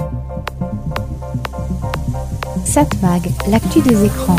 Satmag, l'actu des écrans.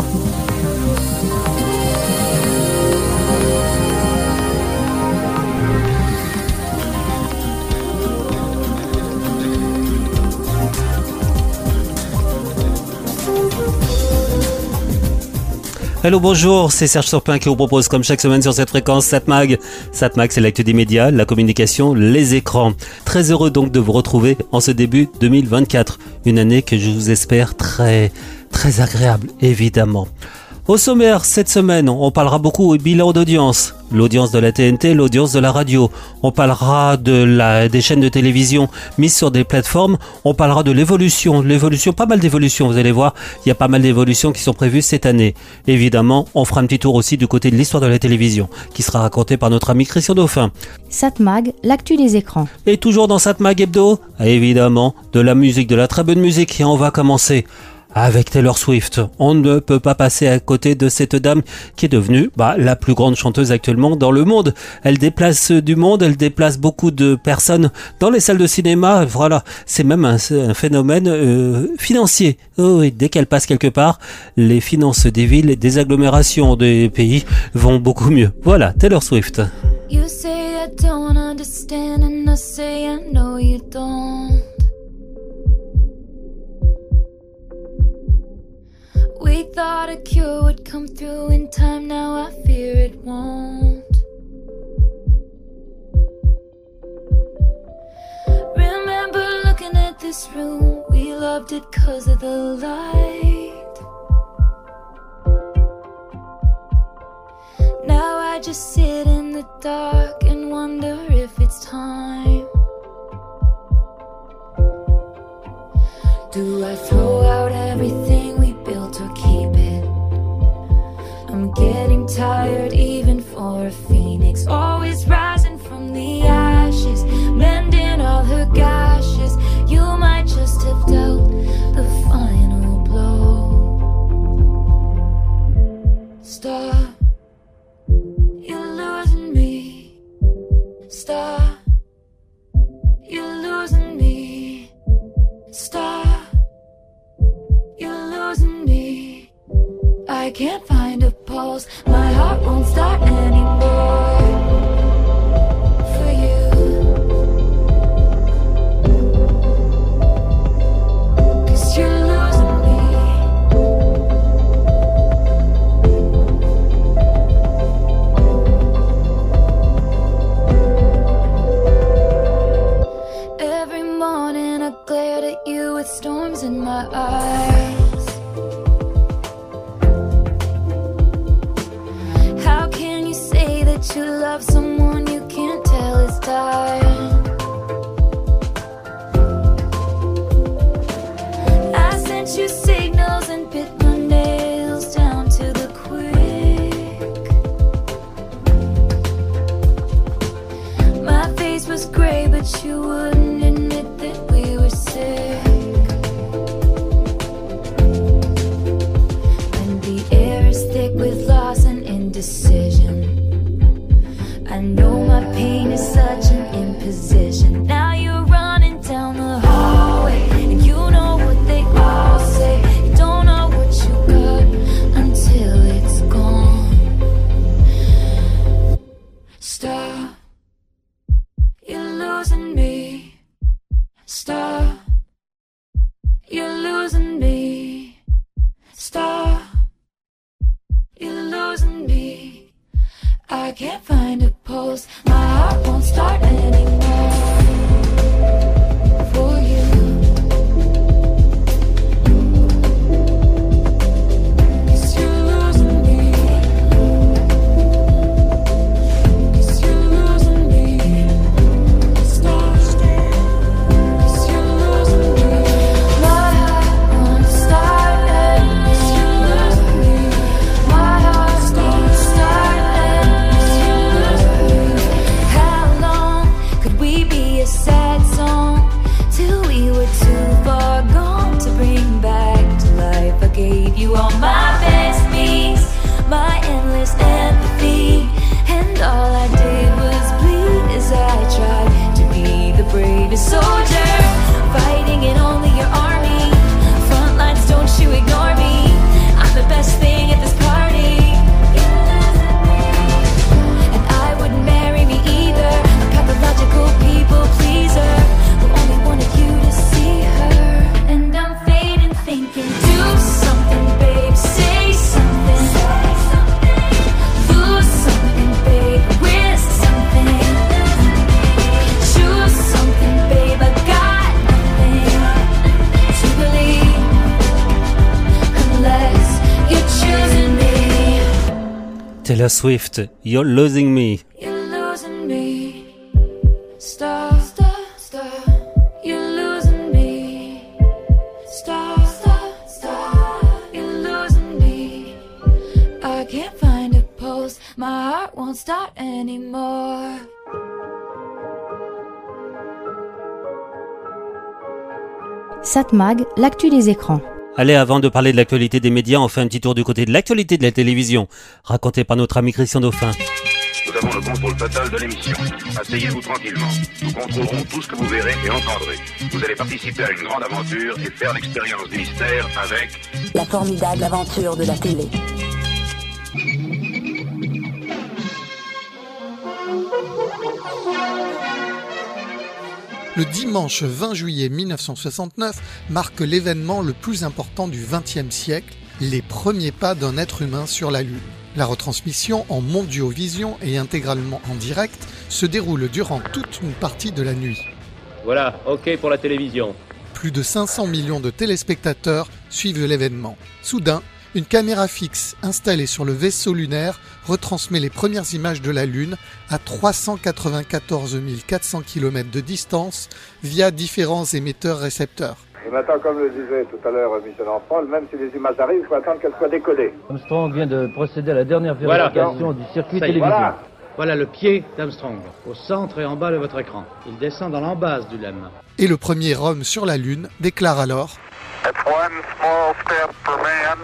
Hello, bonjour, c'est Serge Surpin qui vous propose comme chaque semaine sur cette fréquence Satmag. Satmag, c'est l'actu des médias, la communication, les écrans. Très heureux donc de vous retrouver en ce début 2024. Une année que je vous espère très agréable, évidemment. Au sommaire, cette semaine, on parlera beaucoup bilan d'audience. L'audience de la TNT, l'audience de la radio. On parlera des chaînes de télévision mises sur des plateformes. On parlera de l'évolution, pas mal d'évolutions, vous allez voir. Il y a pas mal d'évolutions qui sont prévues cette année. Évidemment, on fera un petit tour aussi du côté de l'histoire de la télévision, qui sera racontée par notre ami Christian Dauphin. Satmag, l'actu des écrans. Et toujours dans Satmag Hebdo, évidemment, de la musique, de la très bonne musique. Et on va commencer avec Taylor Swift. On ne peut pas passer à côté de cette dame qui est devenue la plus grande chanteuse actuellement dans le monde. Elle déplace du monde, elle déplace beaucoup de personnes dans les salles de cinéma. Voilà, c'est même un phénomène financier. Oh, oui, dès qu'elle passe quelque part, les finances des villes, des agglomérations des pays vont beaucoup mieux. Voilà, Taylor Swift. You say I don't understand and I say I know you don't. We thought a cure would come through in time, now I fear it won't. Remember looking at this room, we loved it 'cause of the light. Now I just sit in the dark and wonder if it's time. Do I throw out everything we built or keep it? I'm getting tired even for a phoenix, always rising from the ashes, mending all her gashes. You might just have dealt the final blow. Stop, you're losing me. Stop, you're losing me. Stop, you're losing me. I can't find a pulse, my heart won't start anymore. For you, 'cause you're losing me. Every morning I glared at you with storms in my eyes. How can you say that you love someone you can't tell is died? I sent you signals and bit my nails down to the quick. My face was gray, but you wouldn't admit that we were sick. And the air is thick with loss and indecision. I know my pain is such an imposition. Now you're running down the hallway, and you know what they all say. You don't know what you got until it's gone. Stop, you're losing me. Stop, you're losing me. Stop, you're losing me. I can't find a pulse, my heart won't start anymore. For you, 'cause you're losing me. 'Cause you're losing me. Stop, 'cause you're losing me. My heart won't start anymore. 'Cause you're losing me. My heart won't start anymore. 'Cause you're losing me. How long could we be a sad song till we were too far gone to bring back to life? I gave you all my best me's, my endless empathy, and all I did was bleed as I tried to be the bravest soldier, fighting it only Taylor Swift, You're Losing Me. You're losing me. Star, star, star. You're losing me. Star, star, star. You're losing me. I can't find a pulse. My heart won't start anymore. Satmag, l'actu des écrans. Allez, avant de parler de l'actualité des médias, on fait un petit tour du côté de l'actualité de la télévision, racontée par notre ami Christian Dauphin. Nous avons le contrôle total de l'émission. Asseyez-vous tranquillement. Nous contrôlerons tout ce que vous verrez et entendrez. Vous allez participer à une grande aventure et faire l'expérience du mystère avec La formidable aventure de la télé. Le dimanche 20 juillet 1969 marque l'événement le plus important du XXe siècle, les premiers pas d'un être humain sur la Lune. La retransmission en Mondiovision et intégralement en direct se déroule durant toute une partie de la nuit. Voilà, ok pour la télévision. Plus de 500 millions de téléspectateurs suivent l'événement. Soudain, une caméra fixe installée sur le vaisseau lunaire retransmet les premières images de la Lune à 394 400 km de distance via différents émetteurs-récepteurs. Et maintenant, comme le disait tout à l'heure Michel Enfant, même si les images arrivent, il faut attendre qu'elles soient décodées. Armstrong vient de procéder à la dernière vérification du circuit télévisé. Voilà le pied d'Armstrong, au centre et en bas de votre écran. Il descend dans l'embase du LEM. Et le premier homme sur la Lune déclare alors It's one small step for man,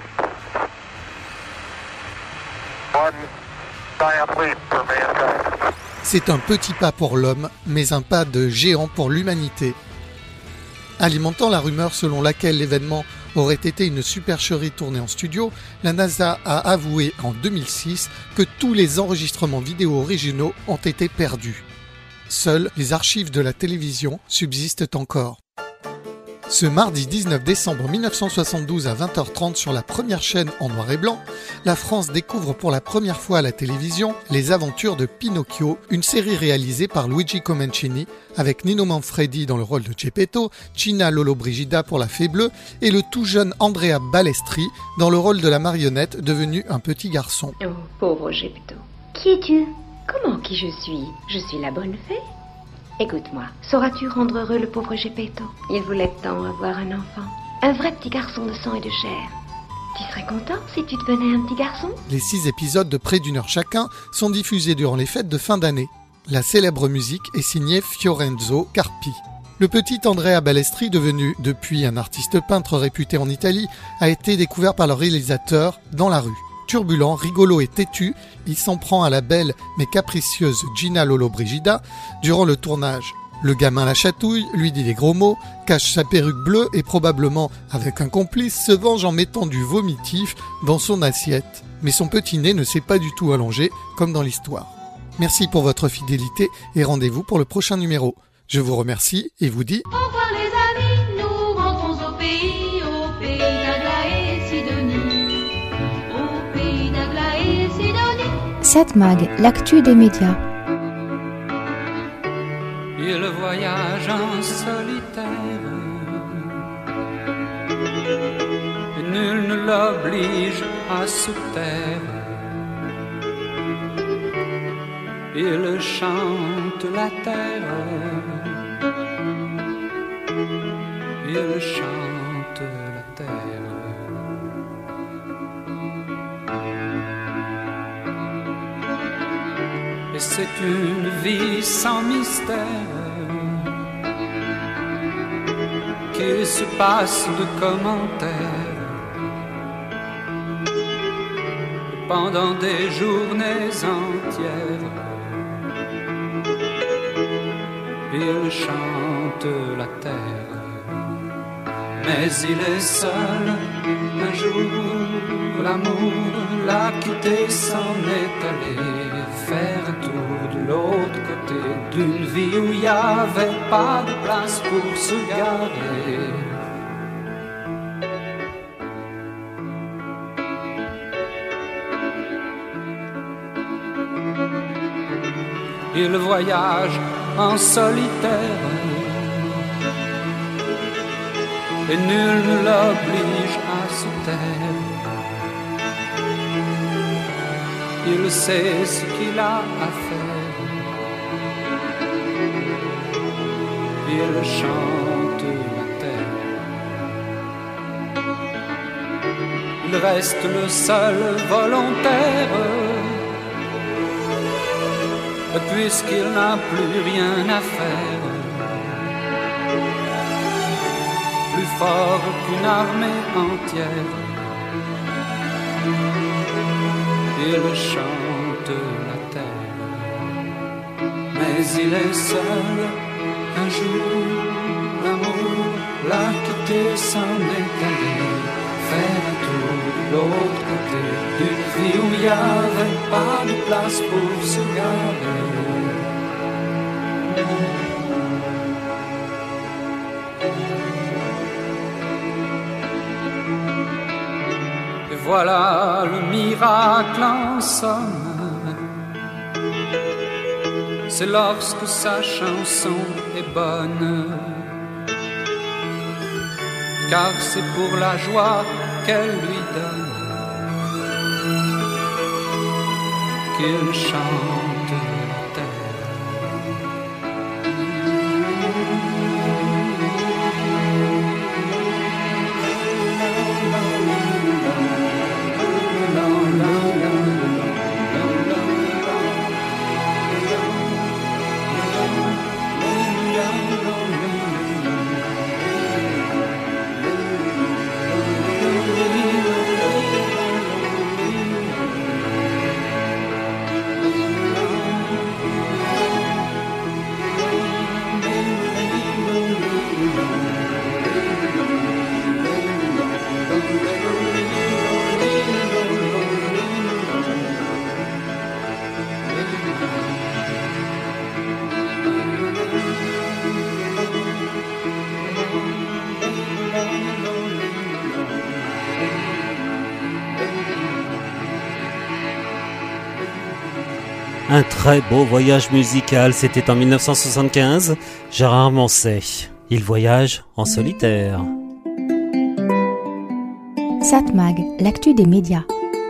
one giant leap for mankind. « C'est un petit pas pour l'homme, mais un pas de géant pour l'humanité ». Alimentant la rumeur selon laquelle l'événement aurait été une supercherie tournée en studio, la NASA a avoué en 2006 que tous les enregistrements vidéo originaux ont été perdus. Seules les archives de la télévision subsistent encore. Ce mardi 19 décembre 1972 à 20h30 sur la première chaîne en noir et blanc, la France découvre pour la première fois à la télévision les aventures de Pinocchio, une série réalisée par Luigi Comencini avec Nino Manfredi dans le rôle de Geppetto, Gina Lollobrigida pour la Fée Bleue et le tout jeune Andrea Balestri dans le rôle de la marionnette devenu un petit garçon. Oh, pauvre Geppetto. Qui es-tu? Comment qui je suis? Je suis la bonne fée. Écoute-moi, sauras-tu rendre heureux le pauvre Geppetto? Il voulait tant avoir un enfant. Un vrai petit garçon de sang et de chair. Tu serais content si tu devenais un petit garçon? Les 6 épisodes de près d'1 heure chacun sont diffusés durant les fêtes de fin d'année. La célèbre musique est signée Fiorenzo Carpi. Le petit Andrea Balestri, devenu depuis un artiste peintre réputé en Italie, a été découvert par le réalisateur dans la rue. Turbulent, rigolo et têtu, il s'en prend à la belle mais capricieuse Gina Lollobrigida durant le tournage. Le gamin la chatouille, lui dit des gros mots, cache sa perruque bleue et probablement, avec un complice, se venge en mettant du vomitif dans son assiette. Mais son petit nez ne s'est pas du tout allongé, comme dans l'histoire. Merci pour votre fidélité et rendez-vous pour le prochain numéro. Je vous remercie et vous dis... Au revoir les amis, nous rentrons au pays d'Aglaé et Sidonie. Au pays d'Aglaé et Sidonie. Satmag, l'actu des médias. Il voyage en solitaire et nul ne l'oblige à se taire. Il chante la terre, il chante la terre. Et c'est une vie sans mystère qui se passe de commentaires pendant des journées entières. Il chante la terre, mais il est seul. Un jour, l'amour l'a quitté, s'en est allé faire un tour de l'autre côté d'une vie où il n'y avait pas de place pour se garer. Il voyage en solitaire et nul ne l'oblige à se taire. il sait ce qu'il a à faire. Il chante la terre. Il reste le seul volontaire, puisqu'il n'a plus rien à faire. Plus fort qu'une armée entière, il chante la terre. Mais il est seul, un jour l'amour l'a quitté, s'en est allé faire un tour de l'autre côté du puits où il n'y avait pas de place pour se garer. Et voilà le miracle en somme, c'est lorsque sa chanson est bonne, car c'est pour la joie qu'elle lui donne qu'il chante la terre. Un très beau voyage musical, c'était en 1975, Gérard Manset. Il voyage en solitaire. Satmag, l'actu des médias.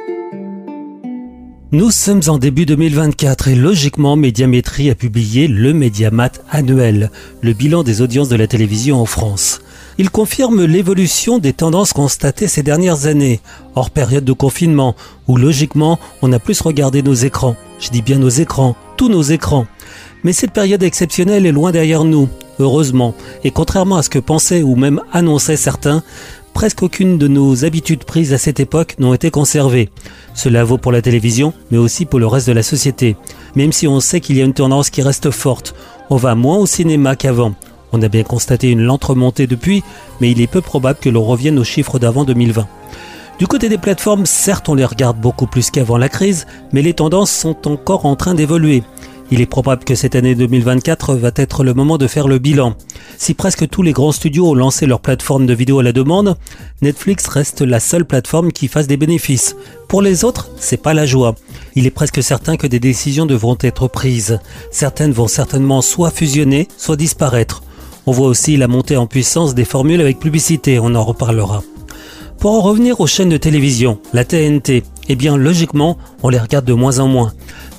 Nous sommes en début 2024 et logiquement Médiamétrie a publié le Mediamat annuel, le bilan des audiences de la télévision en France. Il confirme l'évolution des tendances constatées ces dernières années, hors période de confinement, où logiquement on a plus regardé nos écrans. Je dis bien nos écrans, tous nos écrans. Mais cette période exceptionnelle est loin derrière nous, heureusement, et contrairement à ce que pensaient ou même annonçaient certains, presque aucune de nos habitudes prises à cette époque n'ont été conservées. Cela vaut pour la télévision, mais aussi pour le reste de la société. Même si on sait qu'il y a une tendance qui reste forte, on va moins au cinéma qu'avant. On a bien constaté une lente remontée depuis, mais il est peu probable que l'on revienne aux chiffres d'avant 2020. Du côté des plateformes, certes on les regarde beaucoup plus qu'avant la crise, mais les tendances sont encore en train d'évoluer. Il est probable que cette année 2024 va être le moment de faire le bilan. Si presque tous les grands studios ont lancé leur plateforme de vidéo à la demande, Netflix reste la seule plateforme qui fasse des bénéfices. Pour les autres, c'est pas la joie. Il est presque certain que des décisions devront être prises. Certaines vont certainement soit fusionner, soit disparaître. On voit aussi la montée en puissance des formules avec publicité, on en reparlera. Pour en revenir aux chaînes de télévision, la TNT, eh bien logiquement, on les regarde de moins en moins.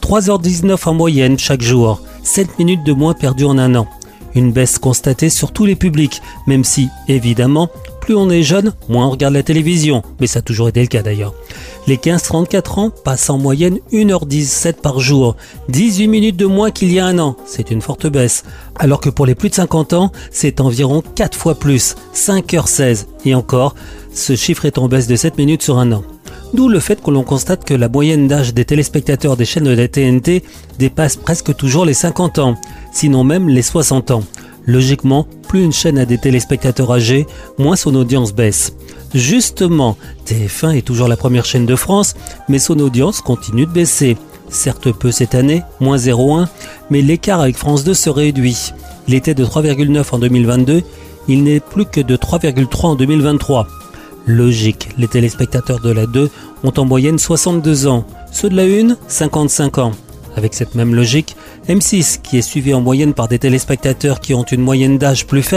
3h19 en moyenne chaque jour, 7 minutes de moins perdues en un an. Une baisse constatée sur tous les publics, même si, évidemment, plus on est jeune, moins on regarde la télévision, mais ça a toujours été le cas d'ailleurs. Les 15-34 ans passent en moyenne 1h17 par jour, 18 minutes de moins qu'il y a un an, c'est une forte baisse. Alors que pour les plus de 50 ans, c'est environ 4 fois plus, 5h16. Et encore, ce chiffre est en baisse de 7 minutes sur un an. D'où le fait que l'on constate que la moyenne d'âge des téléspectateurs des chaînes de la TNT dépasse presque toujours les 50 ans, sinon même les 60 ans. Logiquement, plus une chaîne a des téléspectateurs âgés, moins son audience baisse. Justement, TF1 est toujours la première chaîne de France, mais son audience continue de baisser. Certes peu cette année, moins 0,1, mais l'écart avec France 2 se réduit. Il était de 3,9 en 2022, il n'est plus que de 3,3 en 2023. Logique, les téléspectateurs de la 2 ont en moyenne 62 ans, ceux de la 1, 55 ans. Avec cette même logique, M6, qui est suivi en moyenne par des téléspectateurs qui ont une moyenne d'âge plus faible,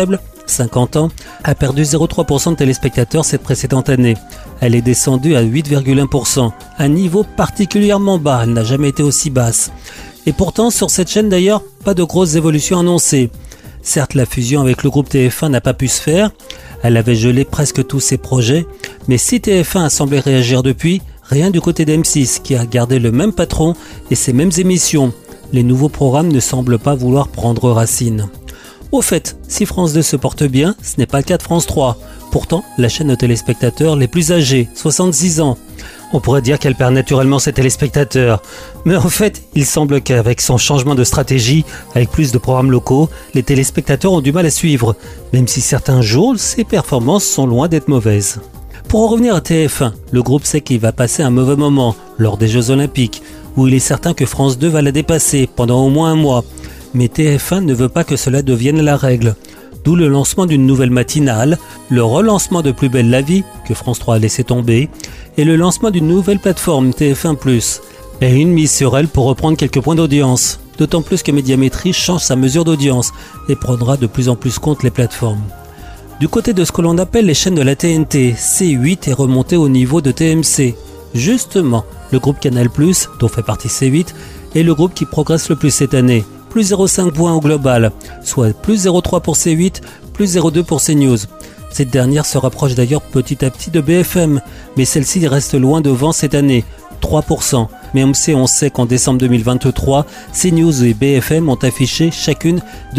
50 ans, a perdu 0,3% de téléspectateurs cette précédente année. Elle est descendue à 8,1%, un niveau particulièrement bas, elle n'a jamais été aussi basse. Et pourtant, sur cette chaîne d'ailleurs, pas de grosses évolutions annoncées. Certes, la fusion avec le groupe TF1 n'a pas pu se faire, elle avait gelé presque tous ses projets, mais si TF1 a semblé réagir depuis, rien du côté d'M6 qui a gardé le même patron et ses mêmes émissions. Les nouveaux programmes ne semblent pas vouloir prendre racine. Au fait, si France 2 se porte bien, ce n'est pas le cas de France 3. Pourtant, la chaîne aux téléspectateurs les plus âgés, 66 ans. On pourrait dire qu'elle perd naturellement ses téléspectateurs. Mais en fait, il semble qu'avec son changement de stratégie, avec plus de programmes locaux, les téléspectateurs ont du mal à suivre, même si certains jours, ses performances sont loin d'être mauvaises. Pour en revenir à TF1, le groupe sait qu'il va passer un mauvais moment lors des Jeux Olympiques, où il est certain que France 2 va la dépasser pendant au moins un mois. Mais TF1 ne veut pas que cela devienne la règle. D'où le lancement d'une nouvelle matinale, le relancement de Plus belle la vie, que France 3 a laissé tomber, et le lancement d'une nouvelle plateforme TF1+, et une mise sur elle pour reprendre quelques points d'audience. D'autant plus que Médiamétrie change sa mesure d'audience et prendra de plus en plus compte les plateformes. Du côté de ce que l'on appelle les chaînes de la TNT, C8 est remonté au niveau de TMC. Justement, le groupe Canal+, dont fait partie C8, est le groupe qui progresse le plus cette année. Plus 0,5 points au global, soit plus 0,3 pour C8, plus 0,2 pour CNews. Cette dernière se rapproche d'ailleurs petit à petit de BFM, mais celle-ci reste loin devant cette année, 3%. Mais on sait qu'en décembre 2023, CNews et BFM ont affiché chacune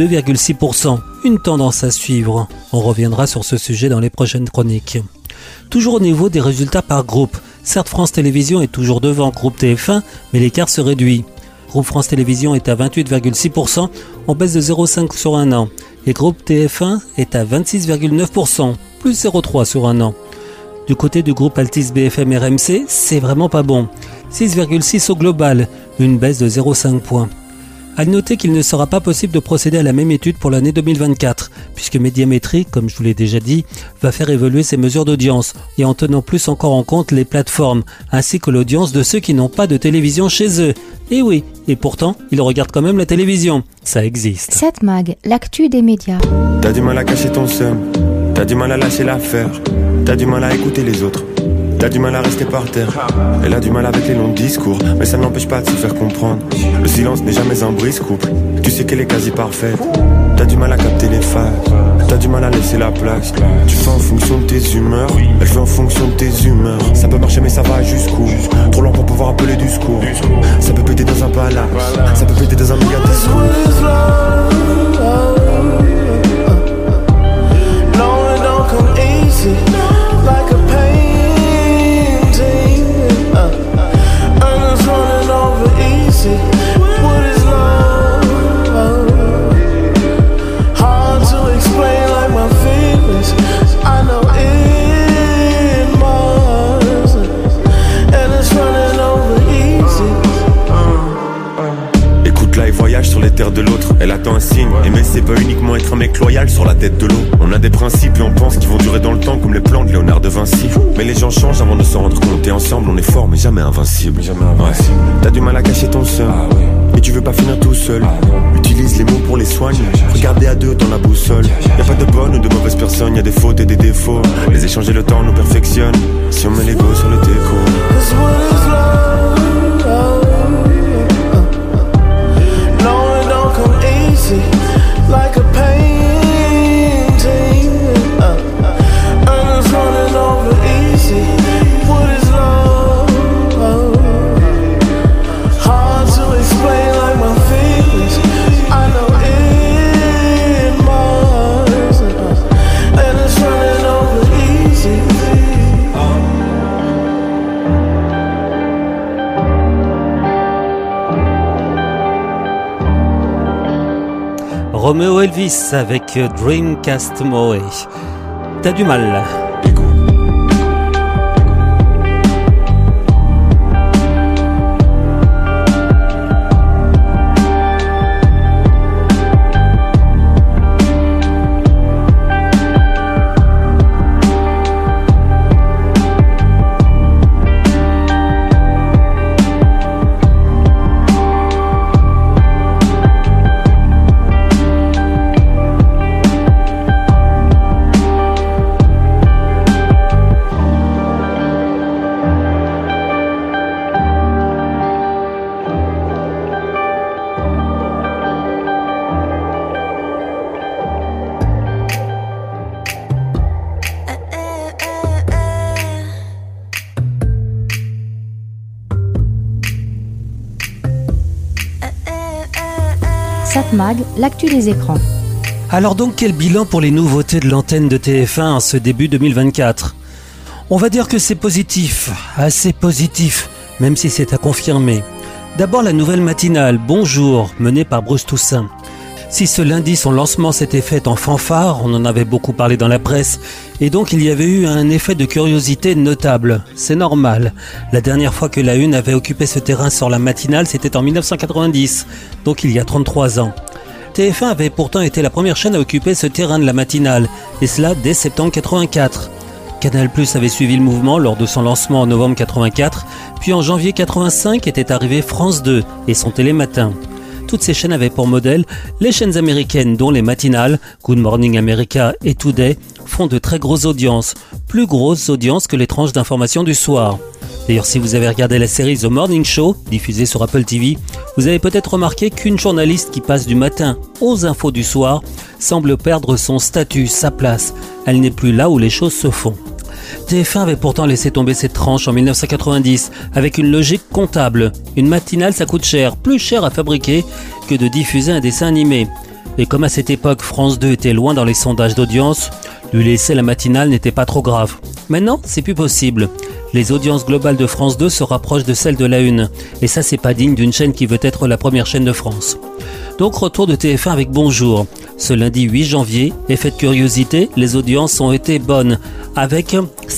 2,6%. Une tendance à suivre. On reviendra sur ce sujet dans les prochaines chroniques. Toujours au niveau des résultats par groupe. Certes, France Télévisions est toujours devant groupe TF1, mais l'écart se réduit. Groupe France Télévisions est à 28,6%, en baisse de 0,5 sur un an. Et groupe TF1 est à 26,9%, plus 0,3 sur un an. Du côté du groupe Altice BFM RMC, c'est vraiment pas bon. 6,6 au global, une baisse de 0,5 points. À noter qu'il ne sera pas possible de procéder à la même étude pour l'année 2024, puisque Médiamétrie, comme je vous l'ai déjà dit, va faire évoluer ses mesures d'audience, et en tenant plus encore en compte les plateformes, ainsi que l'audience de ceux qui n'ont pas de télévision chez eux. Et oui, et pourtant, ils regardent quand même la télévision. Ça existe. 7 Mag, l'actu des médias. T'as du mal à cacher ton seum, t'as du mal à lâcher l'affaire, t'as du mal à écouter les autres, t'as du mal à rester par terre. Elle a du mal avec les longs discours, mais ça n'empêche pas de se faire comprendre. Le silence n'est jamais un brise-couple, tu sais qu'elle est quasi parfaite. T'as du mal à capter les phases, t'as du mal à laisser la place. Tu fais en fonction de tes humeurs, elle fait en fonction de tes humeurs. Ça peut marcher mais ça va jusqu'où? Trop long pour pouvoir appeler du secours. Ça peut péter dans un palace, ça peut péter dans un méga discours. Like a painting, I'm just running over easy. What is love? Hard to explain like my feelings. I know it must, and it's running over easy. Écoute là et voyage sur les terres de l'autre. Elle attend un signe, aimer c'est pas uniquement être un mec loyal sur la tête de l'eau. On a des principes et on pense qu'ils vont durer dans le temps comme les plans de Léonard de Vinci. Mais les gens changent avant de s'en rendre compte. Et ensemble on est fort mais jamais invincible. Ouais. T'as du mal à cacher ton seum, mais tu veux pas finir tout seul. Utilise les mots pour les soigner, regardez à deux dans la boussole. Y'a pas de bonne ou de mauvaise personne, y'a des fautes et des défauts. Les échanges et le temps nous perfectionnent si on met l'ego sur le déco. Like a painting, I'm just running over easy. What is love? Hard to explain like my feelings. I know it must, and it's running over easy. Romeo Elvis avec Dreamcast Moe. T'as du mal. Satmag, l'actu des écrans. Alors donc, quel bilan pour les nouveautés de l'antenne de TF1 en ce début 2024 ? On va dire que c'est positif, assez positif, même si c'est à confirmer. D'abord la nouvelle matinale Bonjour, menée par Bruce Toussaint. Si ce lundi son lancement s'était fait en fanfare, on en avait beaucoup parlé dans la presse, et donc il y avait eu un effet de curiosité notable. C'est normal. La dernière fois que la Une avait occupé ce terrain sur la matinale, c'était en 1990, donc il y a 33 ans. TF1 avait pourtant été la première chaîne à occuper ce terrain de la matinale, et cela dès septembre 84. Canal+ avait suivi le mouvement lors de son lancement en novembre 84, puis en janvier 85 était arrivé France 2 et son télématin. Toutes ces chaînes avaient pour modèle les chaînes américaines dont les matinales, Good Morning America et Today, font de très grosses audiences, plus grosses audiences que les tranches d'information du soir. D'ailleurs, si vous avez regardé la série The Morning Show, diffusée sur Apple TV, vous avez peut-être remarqué qu'une journaliste qui passe du matin aux infos du soir semble perdre son statut, sa place. Elle n'est plus là où les choses se font. TF1 avait pourtant laissé tomber cette tranche en 1990 avec une logique comptable. Une matinale, ça coûte cher, plus cher à fabriquer que de diffuser un dessin animé. Et comme à cette époque France 2 était loin dans les sondages d'audience, lui laisser la matinale n'était pas trop grave. Maintenant, c'est plus possible. Les audiences globales de France 2 se rapprochent de celles de la Une. Et ça, c'est pas digne d'une chaîne qui veut être la première chaîne de France. Donc, retour de TF1 avec Bonjour. Ce lundi 8 janvier, effet de curiosité, les audiences ont été bonnes, avec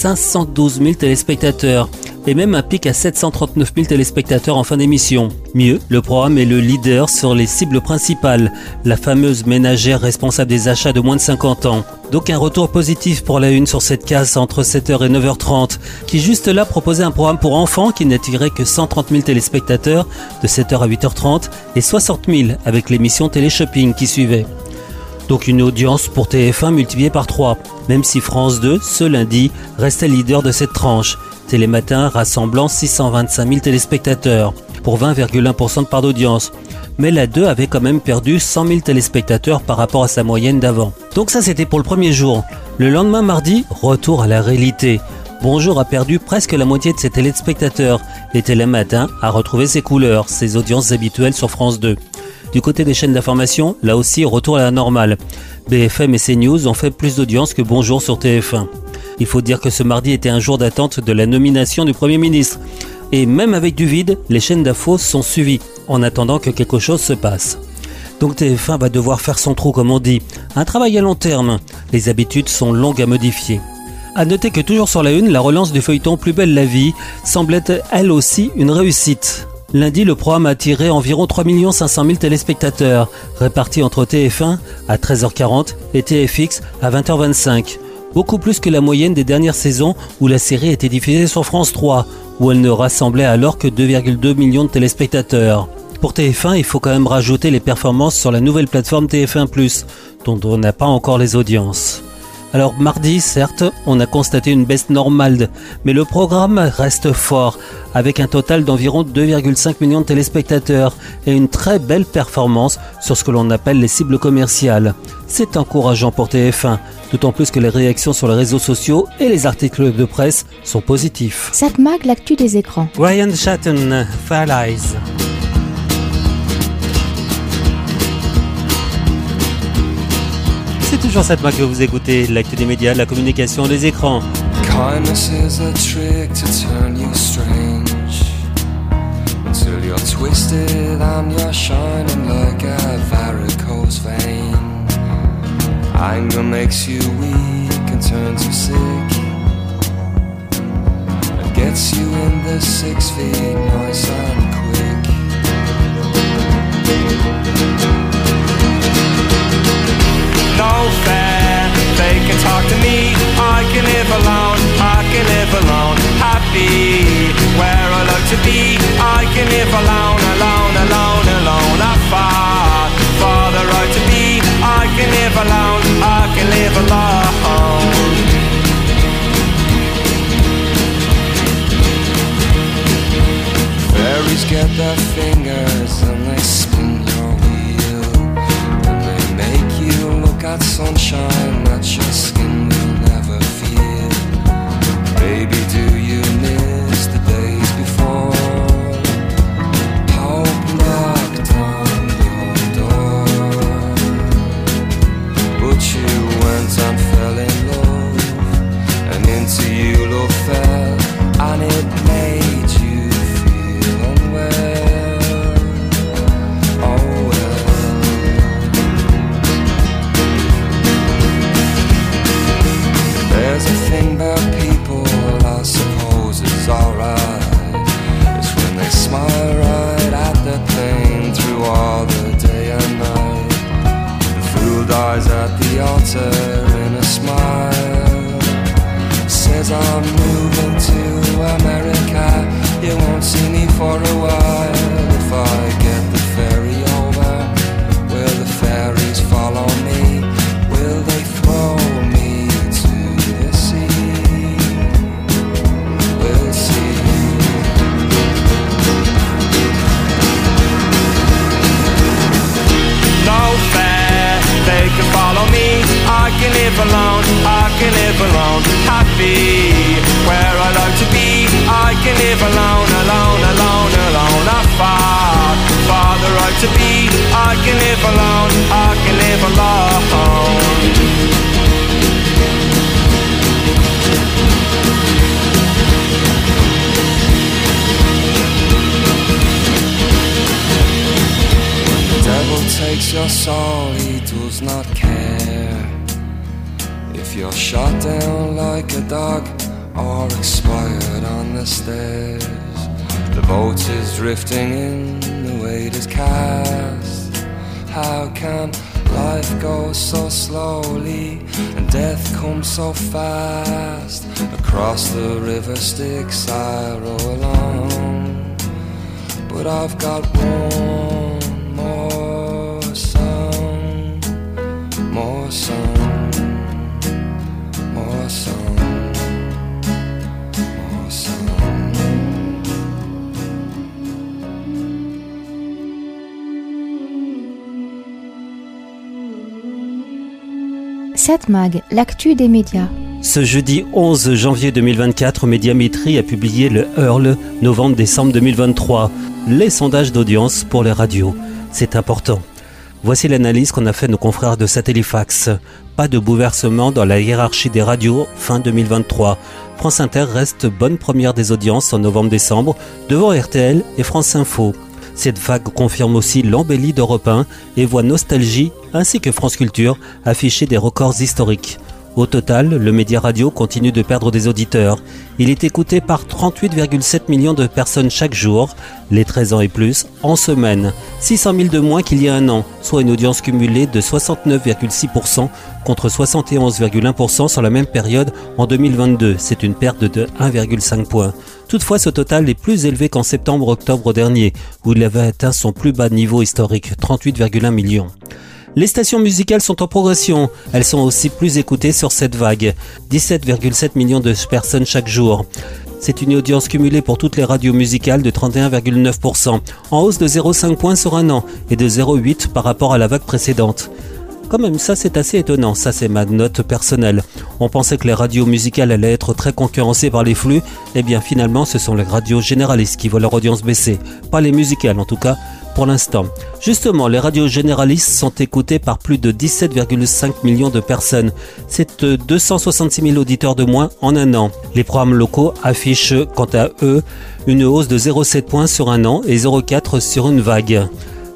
512 000 téléspectateurs. Et même un pic à 739 000 téléspectateurs en fin d'émission. Mieux, le programme est le leader sur les cibles principales, la fameuse ménagère responsable des achats de moins de 50 ans. Donc un retour positif pour la Une sur cette case entre 7h et 9h30, qui juste là proposait un programme pour enfants qui n'attirait que 130 000 téléspectateurs de 7h à 8h30 et 60 000 avec l'émission Télé-Shopping qui suivait. Donc une audience pour TF1 multipliée par 3, même si France 2, ce lundi, restait leader de cette tranche. Télématin rassemblant 625 000 téléspectateurs, pour 20,1% de part d'audience. Mais la 2 avait quand même perdu 100 000 téléspectateurs par rapport à sa moyenne d'avant. Donc ça c'était pour le premier jour. Le lendemain mardi, retour à la réalité. Bonjour a perdu presque la moitié de ses téléspectateurs et Télématin a retrouvé ses couleurs, ses audiences habituelles sur France 2. Du côté des chaînes d'information, là aussi retour à la normale. BFM et CNews ont fait plus d'audience que Bonjour sur TF1. Il faut dire que ce mardi était un jour d'attente de la nomination du Premier ministre. Et même avec du vide, les chaînes d'infos sont suivies, en attendant que quelque chose se passe. Donc TF1 va devoir faire son trou, comme on dit. Un travail à long terme. Les habitudes sont longues à modifier. À noter que toujours sur la Une, la relance du feuilleton Plus belle la vie semble être elle aussi une réussite. Lundi, le programme a attiré environ 3 500 000 téléspectateurs, répartis entre TF1 à 13h40 et TFX à 20h25. Beaucoup plus que la moyenne des dernières saisons où la série était diffusée sur France 3, où elle ne rassemblait alors que 2,2 millions de téléspectateurs. Pour TF1, il faut quand même rajouter les performances sur la nouvelle plateforme TF1+, dont on n'a pas encore les audiences. Alors mardi, certes, on a constaté une baisse normale, mais le programme reste fort, avec un total d'environ 2,5 millions de téléspectateurs et une très belle performance sur ce que l'on appelle les cibles commerciales. C'est encourageant pour TF1, d'autant plus que les réactions sur les réseaux sociaux et les articles de presse sont positifs. Satmag, l'actu des écrans. Ryan Chatton, Fairlies. C'est toujours Satmag que vous écoutez, l'actu des médias, la communication, les écrans. Kindness is a trick to turn you strange until you're twisted and you're shining like a varicose vein. Anger makes you weak and turns you sick and gets you in the 6 feet nice and quick. No fair, they can talk to me. I can live alone, I can live alone. Happy where I like to be. I can live alone, alone, alone, alone. I fought for the right to be. I can live alone, I can live alone. Fairies get their fingers and they spin your wheel, and they make you look at sunshine that your skin will never feel. Baby, do you miss the days before? Hope knocked on your door. people, I suppose, is alright. It's when they smile right at the pain through all the day and night. The fool dies at the altar in a smile. Says I'm moving to America, you won't see me for a while. If I get the ferry over, will the fairies follow me? Will they throw me to the sea? We'll see. No fair, they can follow me. I can live alone, I can live alone. Happy where I like to be. I can live alone, alone, alone, alone. Far, farther right to be. I can live alone, I can live alone. When the devil takes your soul, he does not care if you're shot down like a dog or expired on the stairs. The boat is drifting in, the weight is cast. How can life go so slowly and death come so fast? Across the river Styx I row along, but I've got one more song, more song, more song. Cette mag, l'actu des médias. Ce jeudi 11 janvier 2024, Médiamétrie a publié le Earl novembre-décembre 2023, les sondages d'audience pour les radios. C'est important. Voici l'analyse qu'on a fait nos confrères de Satellifax. Pas de bouleversement dans la hiérarchie des radios fin 2023. France Inter reste bonne première des audiences en novembre-décembre, devant RTL et France Info. Cette vague confirme aussi l'embellie d'Europe 1 et voit Nostalgie ainsi que France Culture afficher des records historiques. Au total, le média radio continue de perdre des auditeurs. Il est écouté par 38,7 millions de personnes chaque jour, les 13 ans et plus, en semaine. 600 000 de moins qu'il y a un an, soit une audience cumulée de 69,6% contre 71,1% sur la même période en 2022. C'est une perte de 1,5 point. Toutefois, ce total est plus élevé qu'en septembre-octobre dernier, où il avait atteint son plus bas niveau historique, 38,1 millions. Les stations musicales sont en progression. Elles sont aussi plus écoutées sur cette vague. 17,7 millions de personnes chaque jour. C'est une audience cumulée pour toutes les radios musicales de 31,9%, en hausse de 0,5 points sur un an et de 0,8 par rapport à la vague précédente. Quand même, ça c'est assez étonnant, ça c'est ma note personnelle. On pensait que les radios musicales allaient être très concurrencées par les flux, et bien finalement ce sont les radios généralistes qui voient leur audience baisser, pas les musicales en tout cas pour l'instant. Justement, les radios généralistes sont écoutées par plus de 17,5 millions de personnes. C'est 266 000 auditeurs de moins en un an. Les programmes locaux affichent quant à eux une hausse de 0,7 points sur un an et 0,4 sur une vague.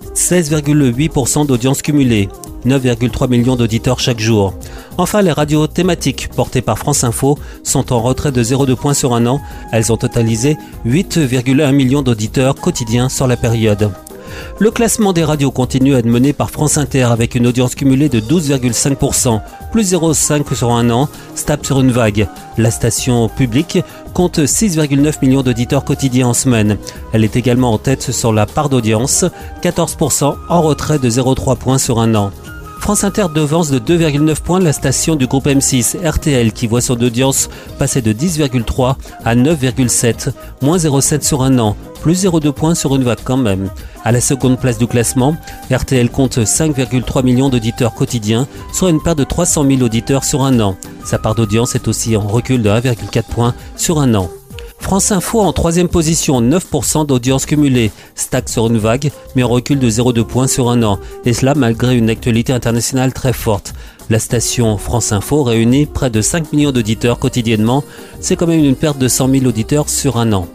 16,8% d'audience cumulée. 9,3 millions d'auditeurs chaque jour. Enfin, les radios thématiques portées par France Info sont en retrait de 0,2 points sur un an. Elles ont totalisé 8,1 millions d'auditeurs quotidiens sur la période. Le classement des radios continue à être mené par France Inter avec une audience cumulée de 12,5%, plus 0,5 sur un an, stable sur une vague. La station publique compte 6,9 millions d'auditeurs quotidiens en semaine. Elle est également en tête sur la part d'audience, 14% en retrait de 0,3 points sur un an. France Inter devance de 2,9 points la station du groupe M6, RTL, qui voit son audience passer de 10,3 à 9,7, moins 0,7 sur un an, plus 0,2 points sur une vague quand même. À la seconde place du classement, RTL compte 5,3 millions d'auditeurs quotidiens, soit une perte de 300 000 auditeurs sur un an. Sa part d'audience est aussi en recul de 1,4 points sur un an. France Info en troisième position, 9% d'audience cumulée, stagne sur une vague, mais en recul de 0,2 points sur un an, et cela malgré une actualité internationale très forte. La station France Info réunit près de 5 millions d'auditeurs quotidiennement, c'est quand même une perte de 100 000 auditeurs sur un an.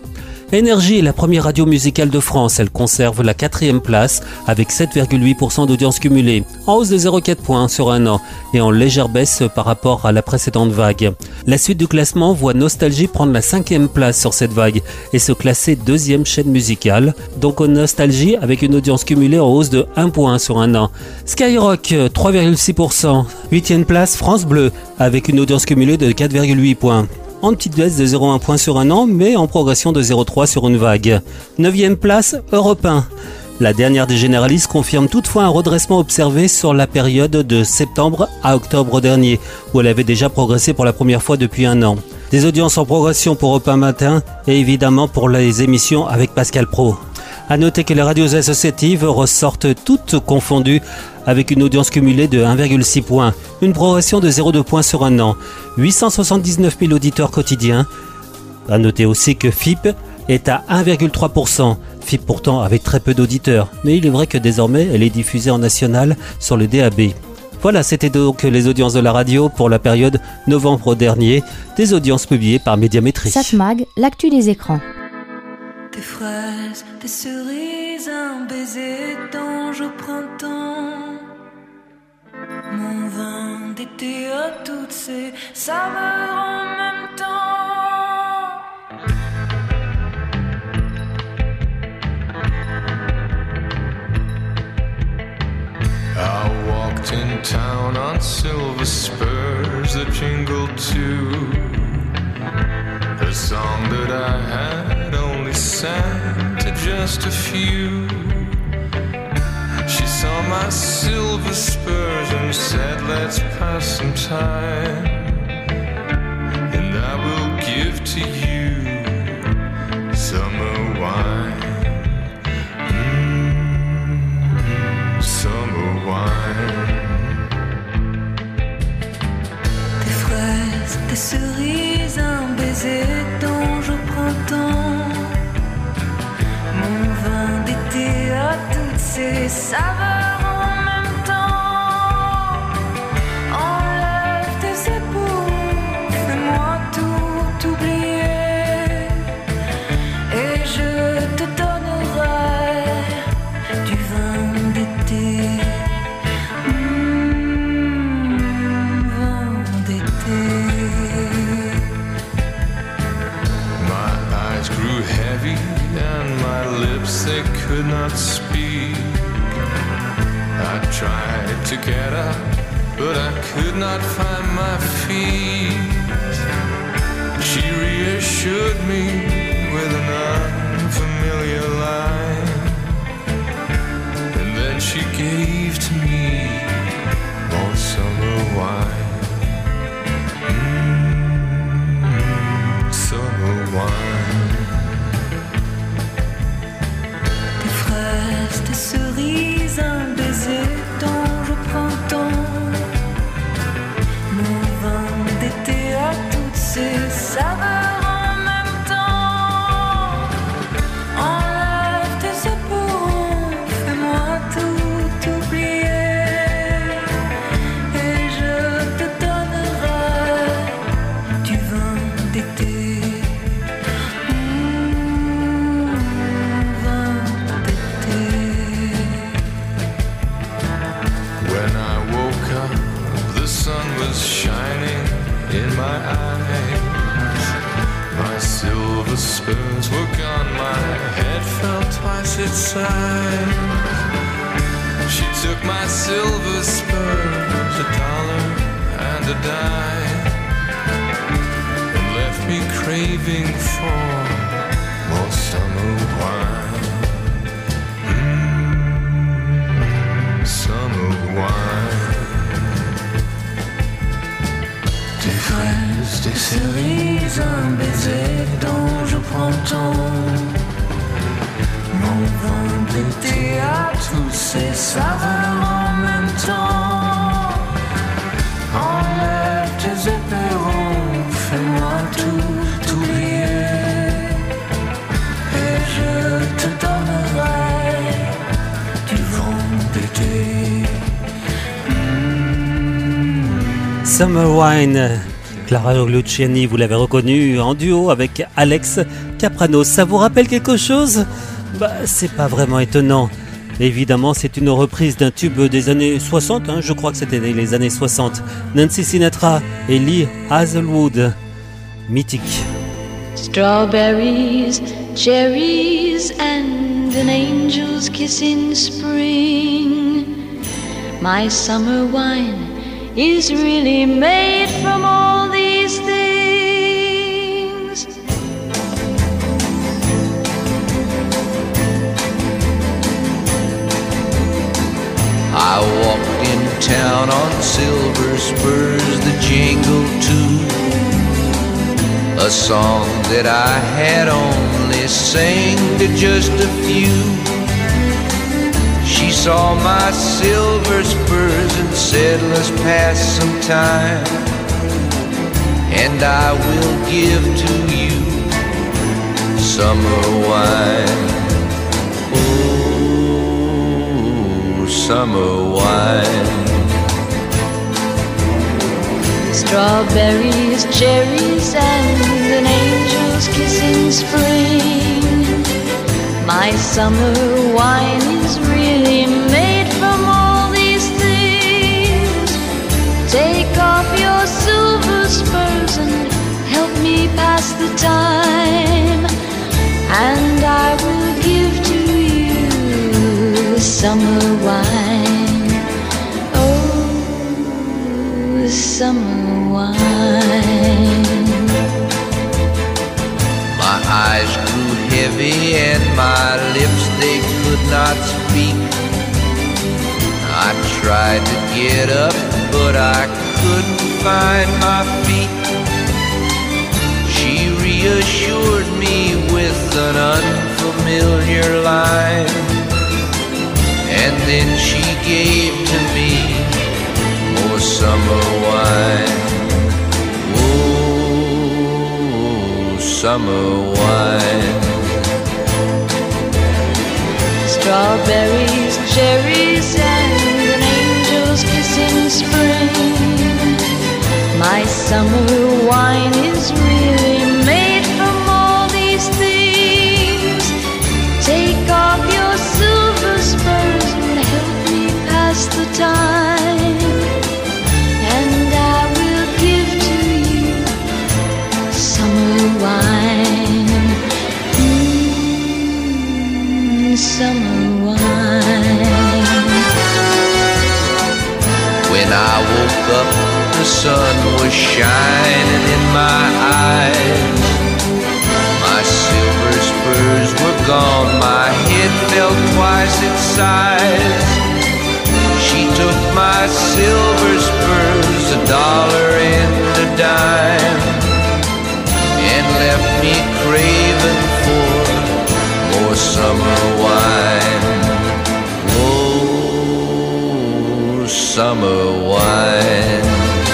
Énergie est la première radio musicale de France. Elle conserve la 4e place avec 7,8% d'audience cumulée, en hausse de 0,4 points sur un an et en légère baisse par rapport à la précédente vague. La suite du classement voit Nostalgie prendre la 5e place sur cette vague et se classer 2e chaîne musicale. Donc Nostalgie avec une audience cumulée en hausse de 1 point sur un an. Skyrock 3,6%. 8e place France Bleu avec une audience cumulée de 4,8 points. En petite baisse de 0,1 point sur un an, mais en progression de 0,3 sur une vague. 9e place, Europe 1. La dernière des généralistes confirme toutefois un redressement observé sur la période de septembre à octobre dernier, où elle avait déjà progressé pour la première fois depuis un an. Des audiences en progression pour Europe 1 Matin et évidemment pour les émissions avec Pascal Pro. À noter que les radios associatives ressortent toutes confondues avec une audience cumulée de 1,6 points, une progression de 0,2 points sur un an, 879 000 auditeurs quotidiens. À noter aussi que FIP est à 1,3%, FIP pourtant avec très peu d'auditeurs, mais il est vrai que désormais elle est diffusée en national sur le DAB. Voilà, c'était donc les audiences de la radio pour la période novembre dernier, des audiences publiées par Médiamétrie. Satmag, l'actu des écrans. Des fraises, des cerises, un baiser d'ange au printemps. Mon vin d'été à toutes ces saveurs en même temps. I walked in town on silver spurs that jingled too. A song that I had only sang to just a few. She saw my silver spurs and said, let's pass some time, and I will give to you summer wine. Summer wine. Des fraises, des cerises, un baiser d'ange au printemps. Mon vin d'été à toutes ces saveurs en même temps. Enlève tes épaules, fais-moi tout oublier, et je te donnerai du vin d'été. Vin d'été. My eyes grew heavy and my lips, they could not speak. I tried to get up, but I could not find my feet. She reassured me with an unfamiliar line, and then she gave to me more summer wine. Summer wine. Des fraises, des cerises, un baiser d'ange au printemps. Mon vin d'été à toutes ces saveurs en même temps. Enlève tes épaules, fais-moi tout oublier, et je te donnerai du vin d'été. When I woke up, the sun was shining in my eyes. My silver spurs were gone, my head felt twice its size. She took my silver spurs, $1 and a dime, and left me craving for more summer wine. Summer wine. Des fraises, des cerises, un baiser d'ange au printemps. Mon vin d'été à toutes ces saveurs en même temps. Enlève tes éperons, fais-moi tout oublier, et je te donnerai du vent d'été. Summer Wine, Clara Luciani, vous l'avez reconnu en duo avec Alex Caprano. Ça vous rappelle quelque chose ? C'est pas vraiment étonnant. Évidemment, c'est une reprise d'un tube des années 60, je crois que c'était les années 60. Nancy Sinatra et Lee Hazelwood. Mythique. Strawberries, cherries, and an angel's kiss in spring. My summer wine is really made from all these things. I walked in town on silver spurs that jingle too, a song that I had only sang to just a few. She saw my silver spurs and said, let's pass some time, and I will give to you summer wine. Oh, summer wine. Strawberries, cherries, and an angel's kiss in spring. My summer wine is really made from all these things. Take off your silver spurs and help me pass the time, and I will give to you summer wine. Oh, summer wine. My eyes grew heavy and my lips, they could not speak. I tried to get up, but I couldn't find my feet. She reassured me with an unfamiliar line, and then she gave to me more summer wine. Oh, summer wine. Strawberries, cherries, and an angel's kiss in spring. My summer wine is really made from all these things. Take off your silver spurs and help me pass the time, and I will give to you summer wine. Summer wine. When I woke up, the sun was shining in my eyes. My silver spurs were gone, my head felt twice its size. She took my silver spurs, $1 and a dime, and left me craving for more summer wine. Oh, summer wine.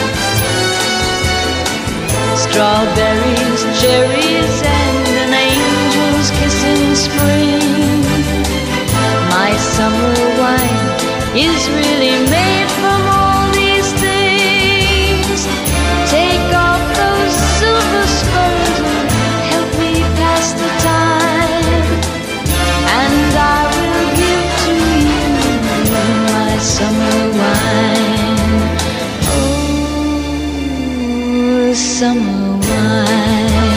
Strawberries, cherries, and an angel's kiss in spring. My summer wine is really made from all these things. Take off those silver spurs and help me pass the time, and I will give to you my summer wine. Oh, summer wine.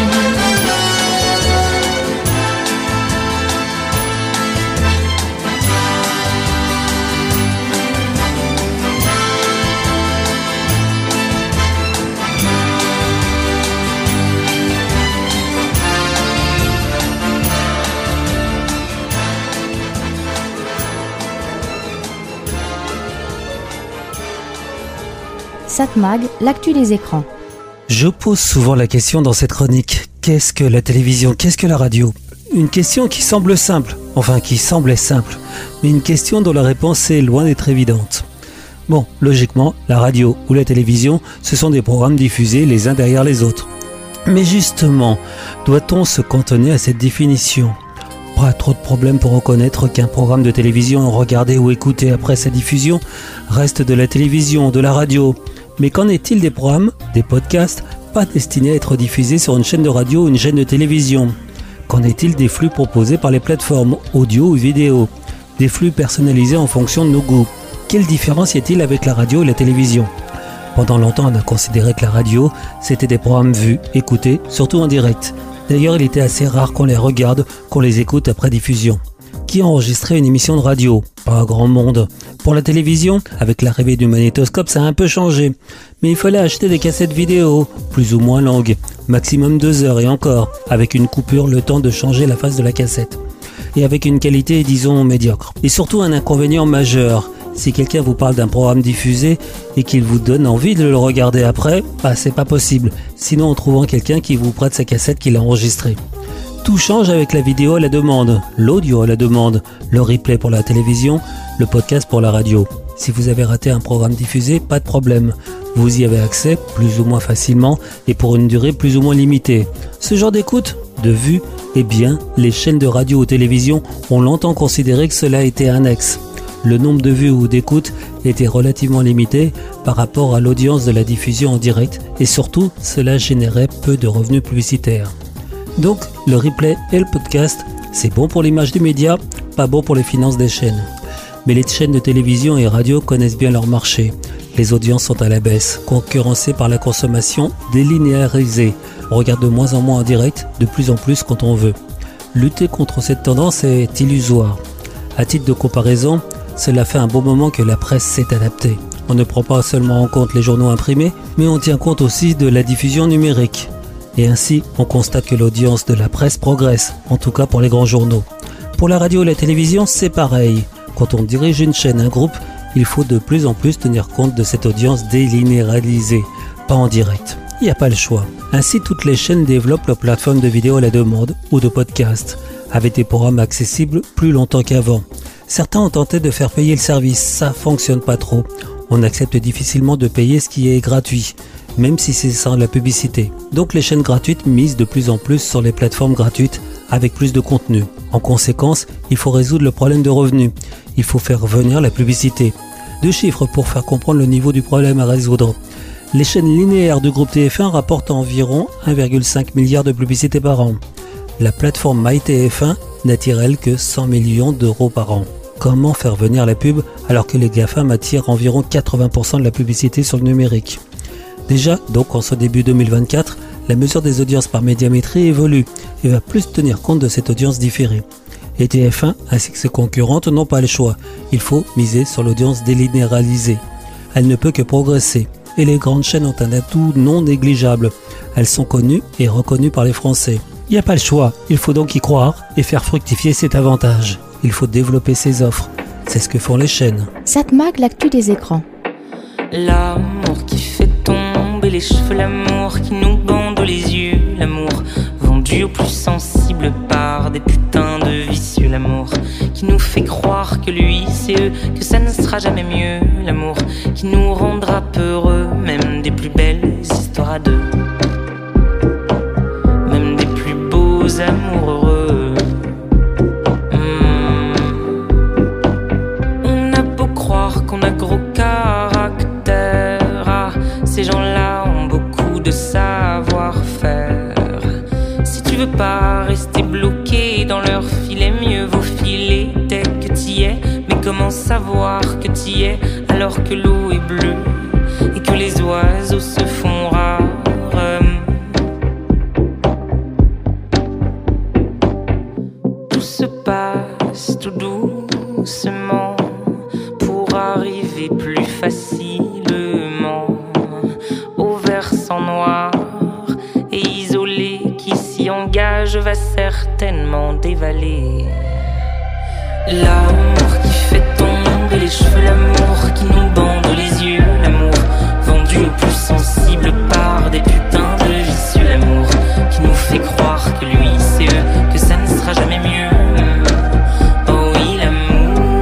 Satmag, l'actu des écrans. Je pose souvent la question dans cette chronique. Qu'est-ce que la télévision ? Qu'est-ce que la radio ? Une question qui semble simple. Enfin, qui semblait simple. Mais une question dont la réponse est loin d'être évidente. Bon, logiquement, la radio ou la télévision, ce sont des programmes diffusés les uns derrière les autres. Mais justement, doit-on se cantonner à cette définition ? Pas trop de problème pour reconnaître qu'un programme de télévision regardé ou écouté après sa diffusion reste de la télévision, de la radio. Mais qu'en est-il des programmes, des podcasts, pas destinés à être diffusés sur une chaîne de radio ou une chaîne de télévision. Qu'en est-il des flux proposés par les plateformes audio ou vidéo? Des flux personnalisés en fonction de nos goûts. Quelle différence y a-t-il avec la radio et la télévision? Pendant longtemps, on a considéré que la radio, c'était des programmes vus, écoutés, surtout en direct. D'ailleurs, il était assez rare qu'on les regarde, qu'on les écoute après diffusion. Qui a enregistré une émission de radio? Pas grand monde. Pour la télévision, avec l'arrivée du magnétoscope, ça a un peu changé. Mais il fallait acheter des cassettes vidéo, plus ou moins longues, maximum 2 heures et encore, avec une coupure le temps de changer la face de la cassette. Et avec une qualité, disons, médiocre. Et surtout un inconvénient majeur. Si quelqu'un vous parle d'un programme diffusé et qu'il vous donne envie de le regarder après, c'est pas possible. Sinon en trouvant quelqu'un qui vous prête sa cassette qu'il a enregistrée. Tout change avec la vidéo à la demande, l'audio à la demande, le replay pour la télévision, le podcast pour la radio. Si vous avez raté un programme diffusé, pas de problème. Vous y avez accès plus ou moins facilement et pour une durée plus ou moins limitée. Ce genre d'écoute, de vue, eh bien, les chaînes de radio ou télévision ont longtemps considéré que cela était annexe. Le nombre de vues ou d'écoutes était relativement limité par rapport à l'audience de la diffusion en direct et surtout, cela générait peu de revenus publicitaires. Donc, le replay et le podcast, c'est bon pour l'image du média, pas bon pour les finances des chaînes. Mais les chaînes de télévision et radio connaissent bien leur marché. Les audiences sont à la baisse, concurrencées par la consommation délinéarisée. On regarde de moins en moins en direct, de plus en plus quand on veut. Lutter contre cette tendance est illusoire. À titre de comparaison, cela fait un bon moment que la presse s'est adaptée. On ne prend pas seulement en compte les journaux imprimés, mais on tient compte aussi de la diffusion numérique. Et ainsi, on constate que l'audience de la presse progresse, en tout cas pour les grands journaux. Pour la radio et la télévision, c'est pareil. Quand on dirige une chaîne, un groupe, il faut de plus en plus tenir compte de cette audience délinéarisée, pas en direct. Il n'y a pas le choix. Ainsi, toutes les chaînes développent leurs plateformes de vidéo à la demande ou de podcast, avec des programmes accessibles plus longtemps qu'avant. Certains ont tenté de faire payer le service, ça fonctionne pas trop. On accepte difficilement de payer ce qui est gratuit, même si c'est sans la publicité. Donc les chaînes gratuites misent de plus en plus sur les plateformes gratuites avec plus de contenu. En conséquence, il faut résoudre le problème de revenus. Il faut faire venir la publicité. 2 chiffres pour faire comprendre le niveau du problème à résoudre. Les chaînes linéaires du groupe TF1 rapportent environ 1,5 milliard de publicité par an. La plateforme MyTF1 n'attire elle que 100 millions d'euros par an. Comment faire venir la pub alors que les GAFAM attirent environ 80% de la publicité sur le numérique? Déjà, donc en ce début 2024, la mesure des audiences par médiamétrie évolue et va plus tenir compte de cette audience différée. Et TF1 ainsi que ses concurrentes n'ont pas le choix. Il faut miser sur l'audience délinéarisée. Elle ne peut que progresser. Et les grandes chaînes ont un atout non négligeable. Elles sont connues et reconnues par les Français. Il n'y a pas le choix. Il faut donc y croire et faire fructifier cet avantage. Il faut développer ses offres. C'est ce que font les chaînes. Satmag, l'actu des écrans. L'amour qui fait tomber les cheveux, l'amour qui nous bande les yeux, l'amour vendu aux plus sensibles par des putains de vicieux, l'amour qui nous fait croire que lui c'est eux, que ça ne sera jamais mieux, l'amour qui nous rendra peureux, même des plus belles histoires à deux, même des plus beaux amours heureux. On a beau croire qu'on a gros caractère, ces gens-là ont beaucoup de savoir-faire. Si tu veux pas rester bloqué dans leur filet, mieux vaut filer dès que t'y es. Mais comment savoir que t'y es alors que l'eau est bleue et que les oiseaux se font rares? Tout se passe tout doucement pour arriver plus facilement au versant noir et isolé qui s'y engage va certainement dévaler. L'amour qui fait tomber les cheveux, l'amour qui nous bande les yeux, l'amour vendu aux plus sensibles par des putains de vicieux, l'amour qui nous fait croire que lui c'est eux, que ça ne sera jamais mieux. Oh oui, l'amour.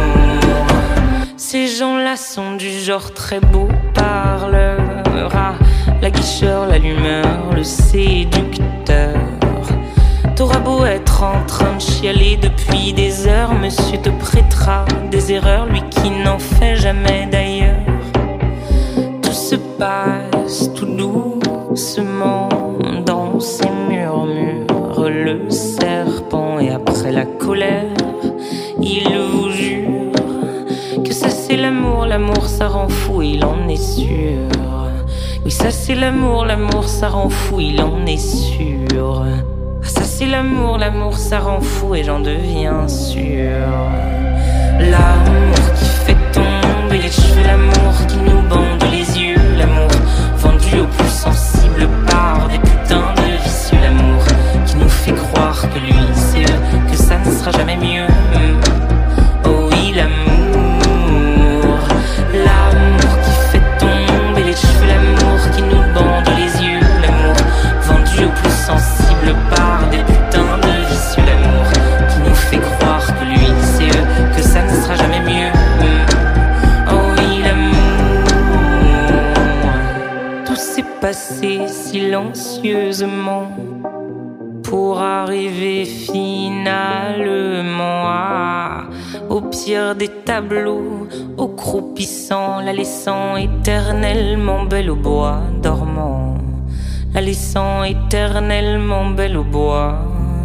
Ces gens-là sont du genre très beau parleur, la guicheur, l'allumeur, le séducteur. T'auras beau être en train de chialer depuis des heures, monsieur te prêtera des erreurs, lui qui n'en fait jamais d'ailleurs. Tout se passe tout doux doucement dans ses murmures le serpent, et après la colère il vous jure que ça c'est l'amour, l'amour ça rend fou, il en est sûr. Oui, ça c'est l'amour, l'amour ça rend fou, il en est sûr. Ça c'est l'amour, l'amour ça rend fou et j'en deviens sûr. L'amour qui fait tomber les cheveux, l'amour qui nous bande les yeux, l'amour vendu au plus sensible par des putains de vicieux, l'amour qui nous fait croire que lui c'est eux, que ça ne sera jamais mieux. Oh oui, l'amour, l'amour qui fait tomber les cheveux, l'amour qui nous bande les yeux, l'amour vendu au plus sensible par des putains de vicieux, l'amour qui nous fait croire que lui c'est eux, que ça ne sera jamais mieux. Oh oui, l'amour, tout s'est passé silencieusement pour arriver finalement au pire des tableaux, au croupissant, la laissant éternellement belle au bois dormant, la laissant éternellement belle au bois